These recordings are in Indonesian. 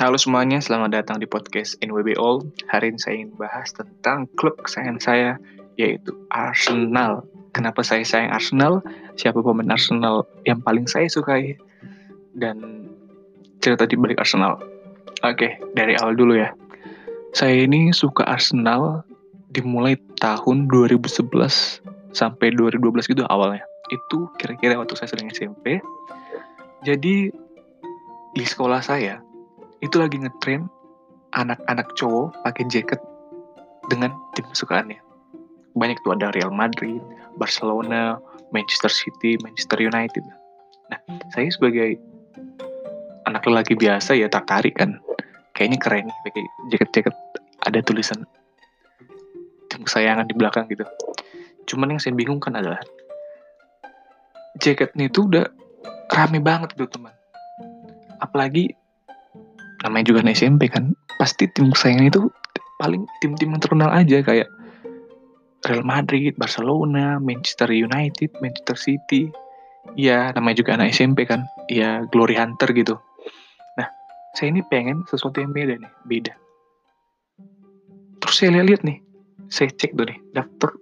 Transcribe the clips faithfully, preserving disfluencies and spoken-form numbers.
Halo semuanya, selamat datang di podcast N W B All. Hari ini saya ingin bahas tentang klub kesayangan saya, yaitu Arsenal. Kenapa saya sayang Arsenal? Siapa pemain Arsenal yang paling saya sukai? Dan cerita di balik Arsenal. Oke, dari awal dulu ya. Saya ini suka Arsenal dimulai tahun dua ribu sebelas sampai dua ribu dua belas gitu awalnya. Itu kira-kira waktu saya sedang S M P. Jadi di sekolah saya itu lagi ngetren anak-anak cowok pakai jaket dengan tim kesukaannya. Banyak tuh, ada Real Madrid, Barcelona, Manchester City, Manchester United. Nah, saya sebagai anak lelaki biasa ya tertarik kan. Kayaknya keren nih pakai jaket-jaket ada tulisan tim kesayangan di belakang gitu. Cuman yang saya bingungkan adalah jaketnya itu udah rame banget tuh teman. Apalagi namanya juga S M P kan, pasti tim kesayangan itu paling tim-tim yang terkenal aja kayak Real Madrid, Barcelona, Manchester United, Manchester City. Ya, namanya juga anak S M P kan. Ya, Glory Hunter gitu. Nah, saya ini pengen sesuatu yang beda nih, beda. Terus saya lihat nih, saya cek tuh nih, daftar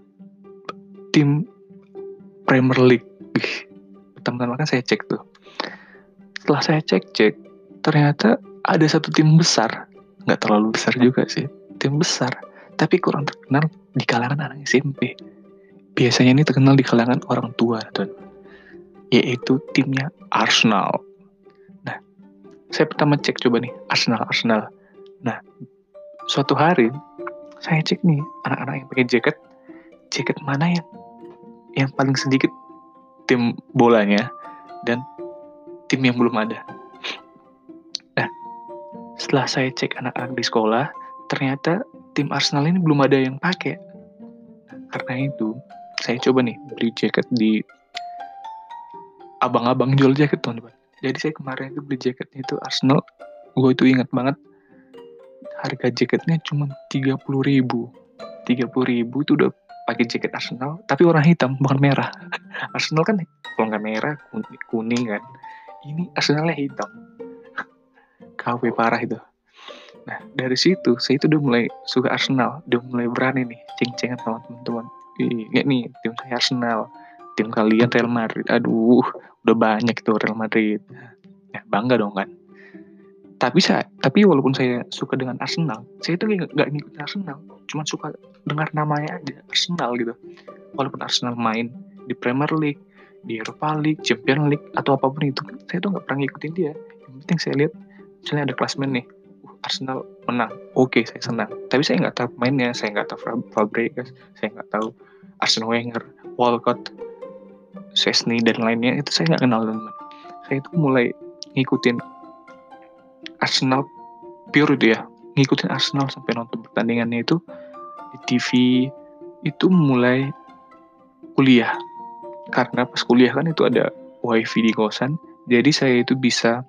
tim Premier League. Teman-teman kan saya cek tuh. Setelah saya cek-cek, ternyata ada satu tim besar. Nggak terlalu besar juga sih, tim besar. Tapi kurang terkenal di kalangan anak S M P. Biasanya ini terkenal di kalangan orang tua, dan yaitu timnya Arsenal. Nah, saya pertama cek coba nih, Arsenal, Arsenal. Nah, suatu hari saya cek nih anak-anak yang pakai jaket, jaket mana yang yang paling sedikit tim bolanya dan tim yang belum ada. Nah, setelah saya cek anak-anak di sekolah, ternyata tim Arsenal ini belum ada yang pakai. Karena itu, saya coba nih beli jaket di abang-abang jual jaket, teman-teman. Jadi saya kemarin itu beli jaketnya itu Arsenal. Gue itu ingat banget, harga jaketnya cuma tiga puluh ribu. tiga puluh ribu itu udah pakai jaket Arsenal, tapi warna hitam, bukan merah. Arsenal kan kalau nggak merah, kuning kan. Ini Arsenalnya hitam. K W parah itu. Nah, dari situ, saya itu udah mulai suka Arsenal. Udah mulai berani nih, ceng-cengan sama teman-teman. Ih, lihat nih, tim saya Arsenal. Tim kalian Real Madrid. Aduh, udah banyak tuh Real Madrid. Ya, bangga dong kan. Tapi saya, tapi walaupun saya suka dengan Arsenal, saya itu nggak nggak ngikutin Arsenal. Cuma suka dengar namanya aja, Arsenal gitu. Walaupun Arsenal main di Premier League, di Europa League, Champions League, atau apapun itu, saya tuh nggak pernah ngikutin dia. Yang penting saya lihat, misalnya ada klasmen nih, uh, Arsenal menang, oke okay, saya senang. Tapi saya nggak tahu mainnya, saya nggak tahu Fabregas, saya nggak tahu Arsene Wenger, Walcott, Szczesny dan lainnya, itu saya nggak kenal teman. Saya itu mulai ngikutin Arsenal pure itu ya, ngikutin Arsenal sampai nonton pertandingannya itu di T V itu mulai kuliah. Karena pas kuliah kan itu ada wifi di kosan, jadi saya itu bisa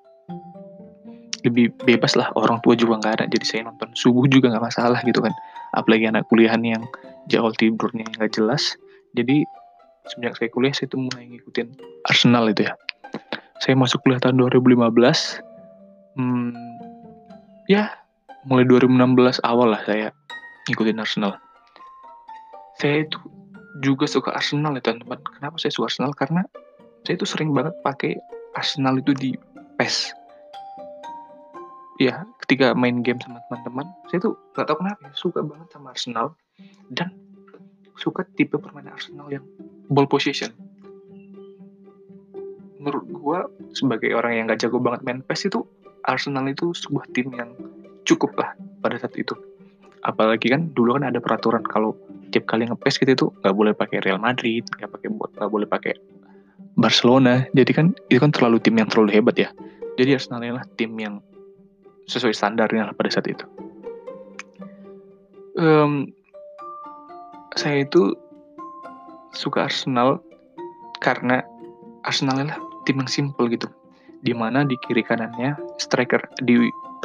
lebih bebas lah, orang tua juga nggak ada, jadi saya nonton subuh juga nggak masalah gitu kan. Apalagi anak kuliahan yang jadwal tidurnya nggak jelas. Jadi semenjak saya kuliah, saya itu mulai ngikutin Arsenal itu ya. Saya masuk kuliah tahun dua ribu lima belas. Hmm, ya mulai dua ribu enam belas awal lah saya ngikutin Arsenal. Saya itu juga suka Arsenal ya teman-teman. Kenapa saya suka Arsenal? Karena saya itu sering banget pakai Arsenal itu di P E S. Ya, ketika main game sama teman-teman, saya tuh gak tahu kenapa ya, suka banget sama Arsenal. Dan suka tipe permainan Arsenal yang ball possession. Menurut gue, sebagai orang yang gak jago banget main P E S itu, Arsenal itu sebuah tim yang cukup lah pada saat itu. Apalagi kan dulu kan ada peraturan kalau tiap kali nge-P E S kita itu gak boleh pakai Real Madrid, gak pakai gak boleh pakai Barcelona. Jadi kan itu kan terlalu tim yang terlalu hebat ya. Jadi Arsenal adalah tim yang sesuai standarnya lah pada saat itu. Um, saya itu suka Arsenal karena Arsenal adalah tim yang simple gitu. Dimana di kiri kanannya striker, di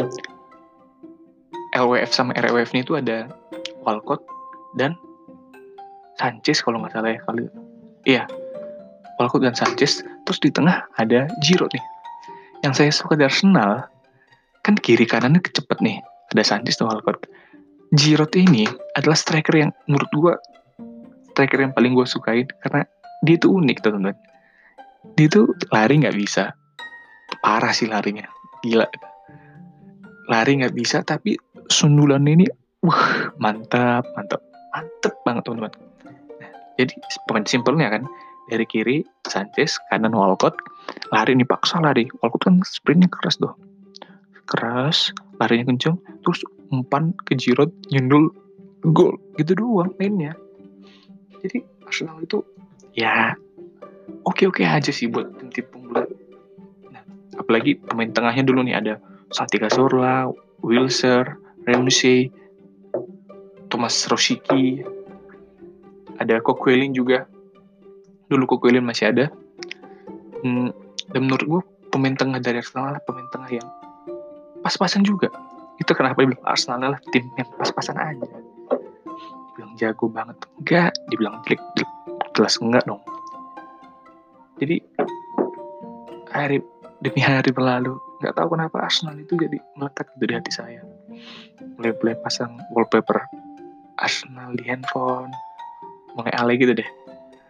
L W F sama R W F-nya itu ada Walcott dan Sanchez kalau nggak salah ya kali. Iya, Walcott dan Sanchez. Terus di tengah ada Giroud nih. Yang saya suka dari Arsenal kan kiri kanannya kecepet nih, ada Sanchez tuh Walcott. Giroud ini adalah striker yang menurut gue striker yang paling gue sukain karena dia tuh unik teman-teman. Dia tuh lari nggak bisa, parah sih larinya, gila. Lari nggak bisa tapi sundulan ini, wah mantap, mantap, mantap banget teman-teman. Nah, jadi pemain simpelnya kan dari kiri Sanchez, kanan Walcott, lari nih paksa lari. Walcott kan sprintnya keras tuh, keras, larinya kenceng, terus umpan ke Giroud, nyundul, gol, gitu doang mainnya. Jadi Arsenal itu ya oke-oke aja sih buat tim-tim pemula. Nah, apalagi pemain tengahnya dulu nih ada Santi Cazorla, Wilshere, Ramsey, Thomas Rosicky, ada Coquelin juga. Dulu Coquelin masih ada. Hmm, dan menurut gue pemain tengah dari Arsenal lah pemain tengah yang pas-pasan juga. Itu kenapa dibilang Arsenal adalah tim yang pas-pasan aja. Dibilang jago banget enggak, dibilang jelek jelas enggak dong. Jadi hari demi hari berlalu, nggak tahu kenapa Arsenal itu jadi melekat di hati saya. Mulai-mulai pasang wallpaper Arsenal di handphone, mulai alay gitu deh.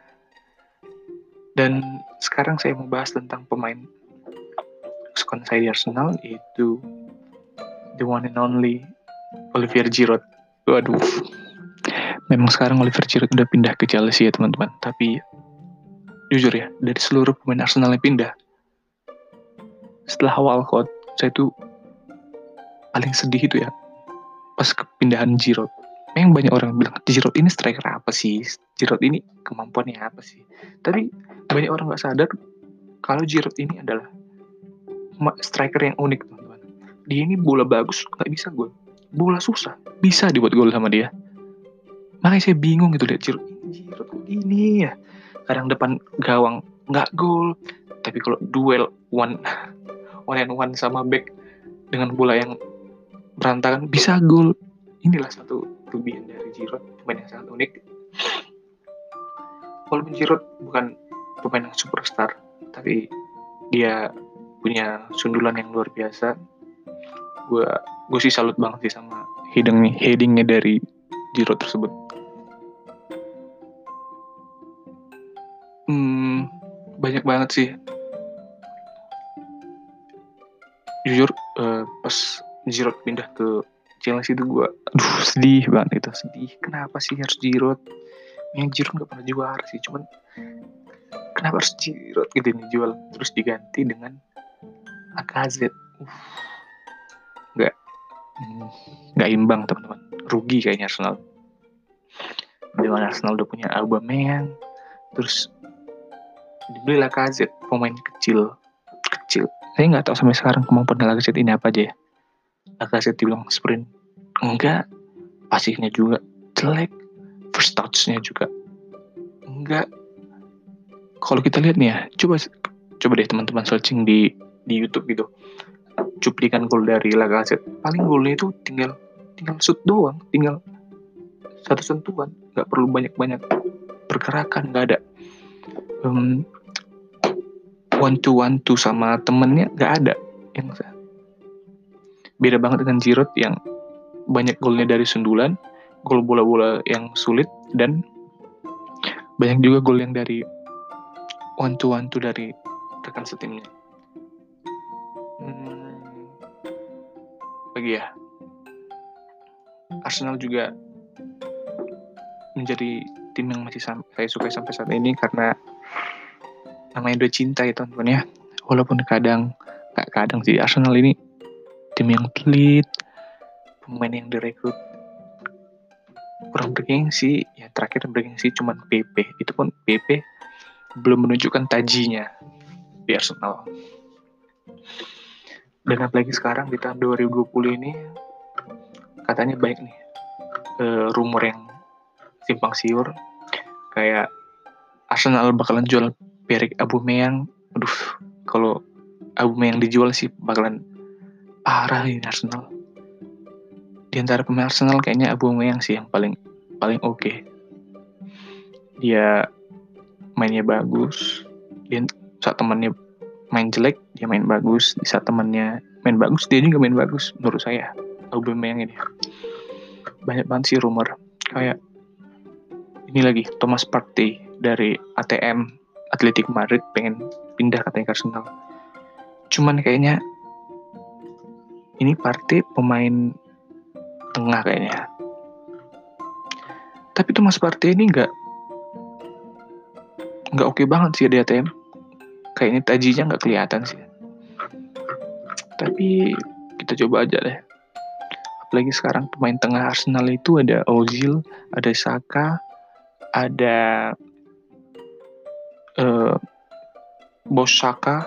Dan sekarang saya mau bahas tentang pemain kesukaan saya di Arsenal, yaitu the one and only Olivier Giroud. Waduh, memang sekarang Olivier Giroud udah pindah ke Chelsea ya teman-teman. Tapi jujur ya, dari seluruh pemain Arsenal yang pindah, setelah Walcott, saya tuh paling sedih itu ya pas kepindahan Giroud. Memang banyak orang bilang Giroud ini striker apa sih? Giroud ini kemampuannya apa sih? Tapi banyak orang nggak sadar kalau Giroud ini adalah striker yang unik teman-teman. Dia ini bola bagus nggak bisa gol, bola susah bisa dibuat gol sama dia. Makanya saya bingung gitu lihat Giroud. Giroud kok ini ya? Kadang depan gawang nggak gol, tapi kalau duel one one and one sama back dengan bola yang berantakan bisa gol. Inilah satu kelebihan dari Giroud, pemain yang sangat unik. Walaupun Giroud bukan pemain yang superstar, tapi dia punya sundulan yang luar biasa. Gue gue sih salut banget sih sama heading headingnya dari Giroud tersebut. Hmm, banyak banget sih. Jujur uh, pas Giroud pindah ke Chelsea itu gue, aduh sedih banget itu, sedih. Kenapa sih harus Giroud? Yang Giroud nggak pernah juara sih, cuman kenapa harus Giroud gitu nih jual terus diganti dengan Lacazette? Uh, nggak nggak imbang teman-teman, rugi kayaknya Arsenal. Dengan Arsenal udah punya Aubameyang, terus dibeli Lacazette, pemain kecil, kecil. Saya nggak tahu sampai sekarang kemampuan Lacazette ini apa aja ya. Lacazette dibilang sprint enggak, pasifnya juga jelek, first touch-nya juga enggak. Kalau kita lihat nih ya, coba coba deh teman-teman searching di di YouTube gitu, cuplikan gol dari Lacazette. Paling golnya itu tinggal tinggal shoot doang, tinggal satu sentuhan, nggak perlu banyak-banyak pergerakan, nggak ada um, one to one to sama temennya, nggak ada. Yang beda banget dengan Giroud yang banyak golnya dari sundulan, gol bola-bola yang sulit, dan banyak juga gol yang dari one to one to dari rekan setimnya. Hmm, bagi ya, Arsenal juga menjadi tim yang masih sam- saya sukai sampai saat ini karena namanya udah cinta ya teman-teman ya. Walaupun kadang, gak kadang sih, Arsenal ini tim yang pelit, pemain yang direkrut kurang bergengsi. Ya terakhir bergengsi cuman P P, itu pun P P belum menunjukkan tajinya di Arsenal. Dan apalagi sekarang di tahun dua ribu dua puluh ini katanya banyak nih uh, rumor yang simpang siur kayak Arsenal bakalan jual Pierre Aubameyang. Aduh, kalau Aubameyang dijual sih bakalan parah ini Arsenal. Di antara pemain Arsenal kayaknya Aubameyang sih yang paling paling oke. Okay. Dia mainnya bagus, dia saat temannya main jelek, dia main bagus. Di saat temannya main bagus, dia juga main bagus. Menurut saya, Aubameyang ini banyak banget sih rumor. Kayak ini lagi, Thomas Partey dari A T M Atletico Madrid pengen pindah katanya ke Arsenal. Cuman kayaknya ini Partey pemain tengah kayaknya. Tapi Thomas Partey ini nggak nggak oke banget sih di A T M. Kayaknya tajinya nggak kelihatan sih. Tapi kita coba aja deh. Apalagi sekarang pemain tengah Arsenal itu ada Ozil, ada Saka, ada uh, Bos Saka,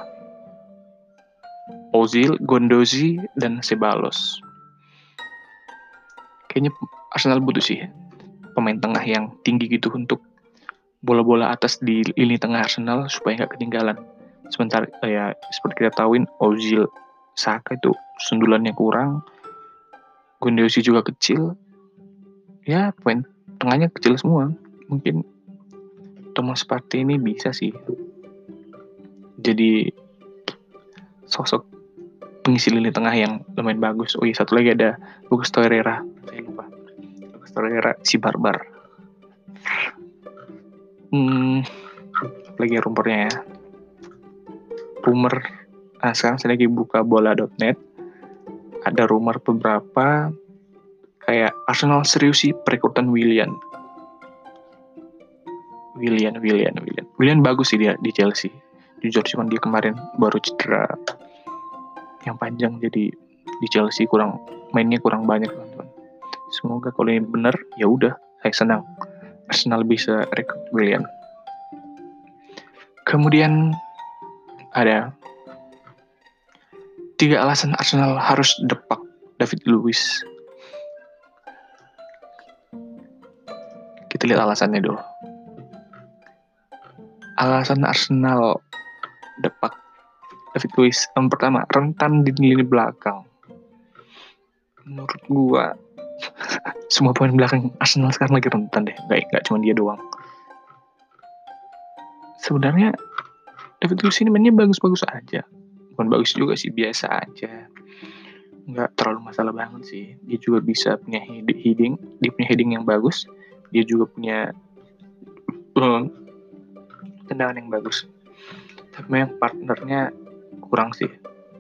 Ozil, Gondozi, dan Ceballos. Kayaknya Arsenal butuh sih pemain tengah yang tinggi gitu untuk bola-bola atas di lini tengah Arsenal supaya nggak ketinggalan. Sementara ya seperti kita tahuin Ozil, Saka itu sundulannya kurang, Gondozi juga kecil, ya pemain tengahnya kecil semua. Mungkin Thomas Partey ini bisa sih jadi sosok pengisi lini tengah yang lumayan bagus. Oh iya, satu lagi ada Lucas Torreira, saya lupa. Lucas Torreira si barbar. Hmm, lagi rumornya ya. Rumor, nah sekarang saya lagi buka bola dot net. Ada rumor beberapa kayak Arsenal serius sih perekrutan Willian. Willian, Willian, Willian. Willian bagus sih dia di Chelsea. Jujur cuman dia kemarin baru cedera yang panjang, jadi di Chelsea kurang mainnya kurang banyak teman-teman. Semoga kalau ini benar ya udah, saya senang Arsenal bisa rekrut Willian. Kemudian ada tiga alasan Arsenal harus depak David Luiz. Kita lihat alasannya dulu. Alasan Arsenal depak David Luiz, yang pertama, rentan di lini belakang. Menurut gua semua pemain belakang Arsenal sekarang lagi rentan deh, nggak nggak cuma dia doang. Sebenarnya David Luiz ini mainnya bagus-bagus aja, bukan bagus juga sih, biasa aja, nggak terlalu masalah banget sih. Dia juga bisa punya heading, dia punya heading yang bagus, dia juga punya uh, tendangan yang bagus. Tapi memang partnernya kurang sih.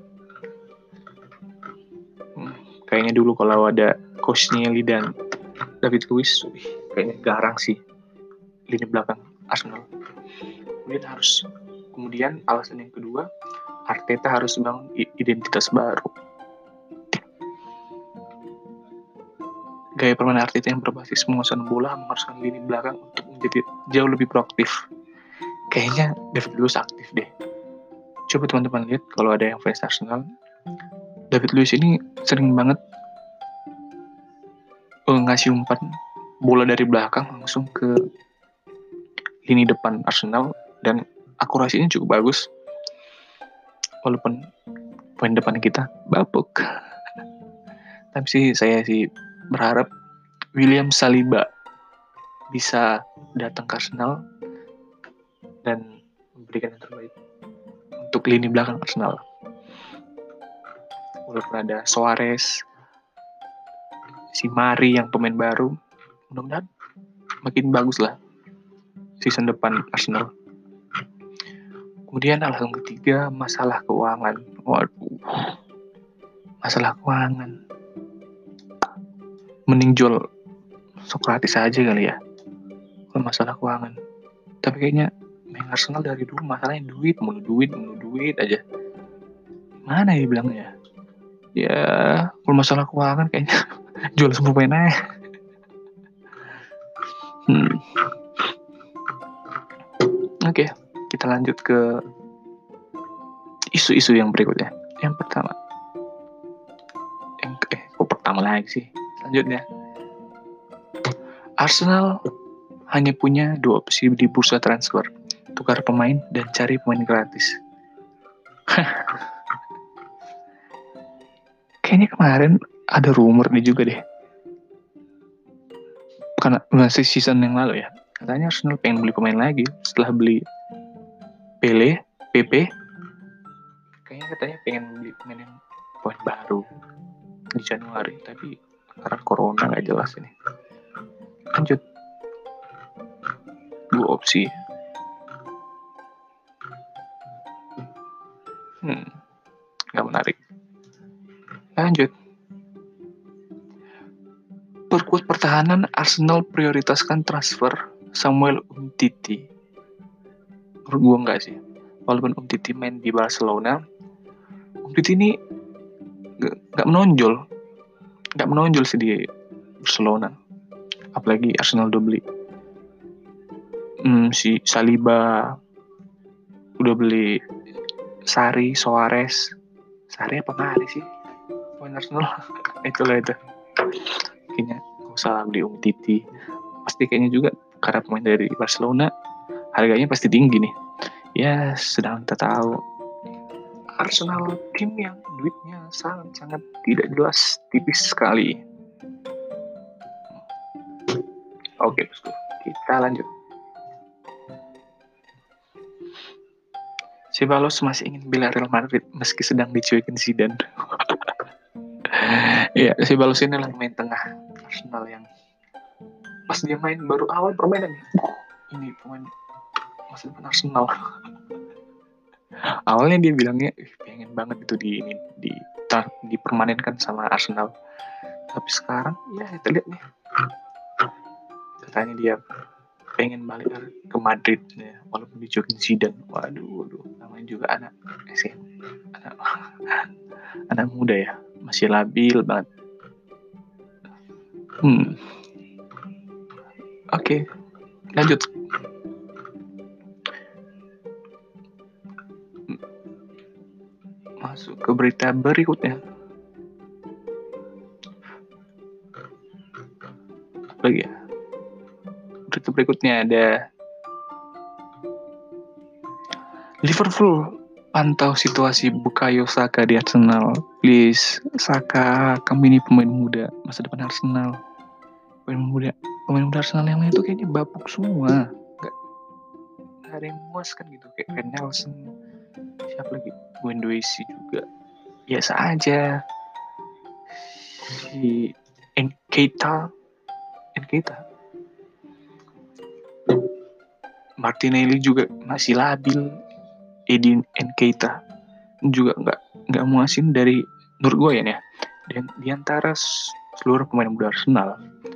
Hmm, kayaknya dulu kalau ada Koscielny dan David Luiz, kayaknya garang sih lini belakang Arsenal. Kemudian harus kemudian alasan yang kedua, Arteta harus bangun identitas baru. Gaya permainan Arteta yang berbasis penguasaan bola mengharuskan lini belakang untuk menjadi jauh lebih proaktif. Kayaknya David Luiz aktif deh. Coba teman-teman lihat kalau ada yang fans Arsenal, David Luiz ini sering banget uh, ngasih umpan bola dari belakang langsung ke lini depan Arsenal dan akurasinya cukup bagus. Walaupun poin depan kita bapuk. Tapi sih saya sih berharap William Saliba bisa datang ke Arsenal dan memberikan yang terbaik untuk lini belakang Arsenal. Walaupun ada Suarez, si Mari yang pemain baru, mudah-mudahan makin bagus lah season depan Arsenal. Kemudian alasan ketiga, masalah keuangan. Waduh, masalah keuangan. Mending jual Sokratis aja kali ya, kalau masalah keuangan. Tapi kayaknya main Arsenal dari dulu masalahnya duit, mulu duit, mulu duit aja. Mana ya bilangnya? Ya, kalau masalah keuangan kayaknya jual semua pemain aja. Hmm. Oke, okay, kita lanjut ke isu-isu yang berikutnya. Yang pertama, yang eh kok pertama lagi sih? Selanjutnya, Arsenal hanya punya dua opsi di bursa transfer, tukar pemain dan cari pemain gratis. Kayaknya kemarin ada rumor nih juga deh, karena masih season yang lalu ya, katanya Arsenal pengen beli pemain lagi setelah beli Pele, Pepe, katanya pengen beli pemain yang poin baru di Januari, tapi karena corona nggak jelas ini. Lanjut, dua opsi. Hmm, nggak menarik. Lanjut, perkuat pertahanan, Arsenal prioritaskan transfer Samuel Umtiti. Menurut gue enggak sih. Walaupun Umtiti main di Barcelona, Umtiti ini nggak menonjol, nggak menonjol sih di Barcelona. Apalagi Arsenal udah beli hmm, si Saliba, udah beli Sari, Soares, Sari apa Mari sih? Poin Arsenal itulah itu. Kayaknya nggak usah beli Umtiti. Pasti kayaknya juga karena pemain dari Barcelona harganya pasti tinggi nih. Ya, sedang kita tahu Arsenal tim yang duitnya sangat-sangat tidak jelas, tipis sekali. Oke, bosku, kita lanjut. Ceballos masih ingin bela Real Madrid meski sedang dicuekin Zidane. Iya, Ceballos ini lah main tengah Arsenal yang pas dia main baru awal permainan nih. Ini pemain masa depan Arsenal. Awalnya dia bilangnya pengen banget itu di ini di dipermanenkan sama Arsenal. Tapi sekarang ya kita lihat nih. Katanya dia pengen balik ke Madrid ya, walaupun dicuekin Zidane. Waduh, waduh, namanya juga anak S M, anak, anak muda ya, masih labil banget. Hmm. Oke, okay, lanjut. Masuk ke berita berikutnya. Apa lagi ya? Berita berikutnya ada Liverpool pantau situasi Bukayo Saka di Arsenal. Please, Saka, kami ini pemain muda, masa depan Arsenal. Pemain muda, pemain muda Arsenal yang lain itu kayaknya bapuk semua. Gak, gak ada yang memuaskan gitu. Kayak Ken Nelson, siapa lagi? Guendouzi juga biasa aja. Si Nketiah, Nketiah, Martinelli juga masih labil. Edin Nketiah juga nggak nggak muasin dari menurut gue ya nih. Dan diantara seluruh pemain muda Arsenal,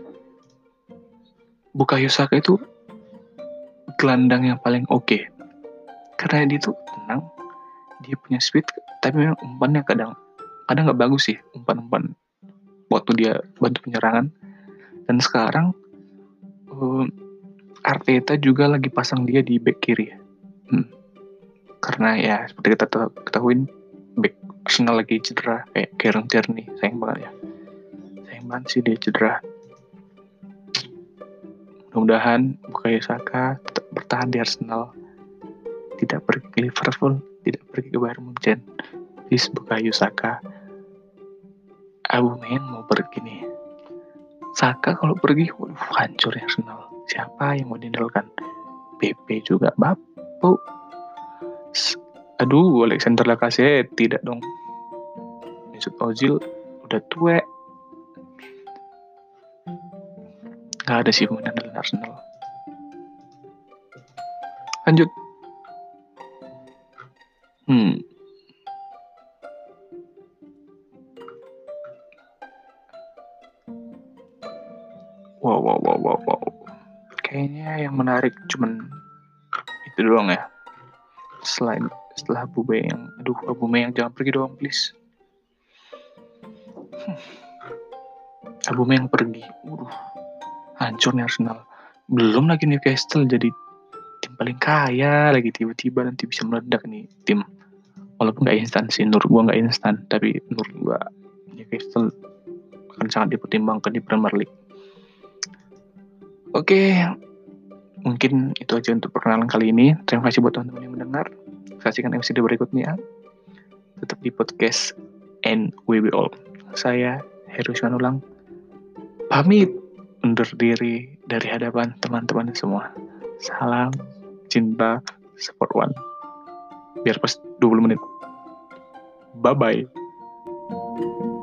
Bukayo Saka itu gelandang yang paling oke. Okay. Karena dia tuh tenang, dia punya speed, tapi memang umpannya kadang kadang nggak bagus sih umpan-umpan waktu dia bantu penyerangan. Dan sekarang um, Arteta juga lagi pasang dia di back kiri. Hmm. Karena ya seperti kita ketahuin back Arsenal lagi cedera kayak Kieran Tierney, sayang banget ya. Sayang banget sih dia cedera. Mudah-mudahan Bukayo Saka tetap bertahan di Arsenal, tidak pergi ke Liverpool, tidak pergi ke Bayern Munchen. Please Bukayo Saka. Aubameyang mau pergi nih. Saka kalau pergi, waduh, hancur ya Arsenal. Siapa yang mau diandalkan? P P juga bapuk. Aduh, Alexander Lacazette tidak dong. Mesut Ozil udah tua. Gak ada sih pemain andalan Arsenal. Lanjut. Hmm. Wow, wow, wow, wow, wow. Kayaknya yang menarik cuman itu doang ya. Selain setelah Aubameyang, aduh Aubameyang jangan pergi doang please. Hmm. Aubameyang pergi, uh, hancur nih Arsenal. Belum lagi Newcastle jadi tim paling kaya lagi, tiba-tiba nanti bisa meledak nih tim. Walaupun nggak instan sih, menurut gua nggak instan, tapi menurut gua Newcastle akan sangat dipertimbangkan di Premier League. Oke, okay. Mungkin itu aja untuk perkenalan kali ini. Terima kasih buat teman-teman yang mendengar. Saksikan episode berikutnya. Tetap di podcast and we will all. Saya Heru Simanulang pamit undur diri dari hadapan teman-teman semua. Salam cinta support one. Biar pas dua puluh menit. Bye-bye.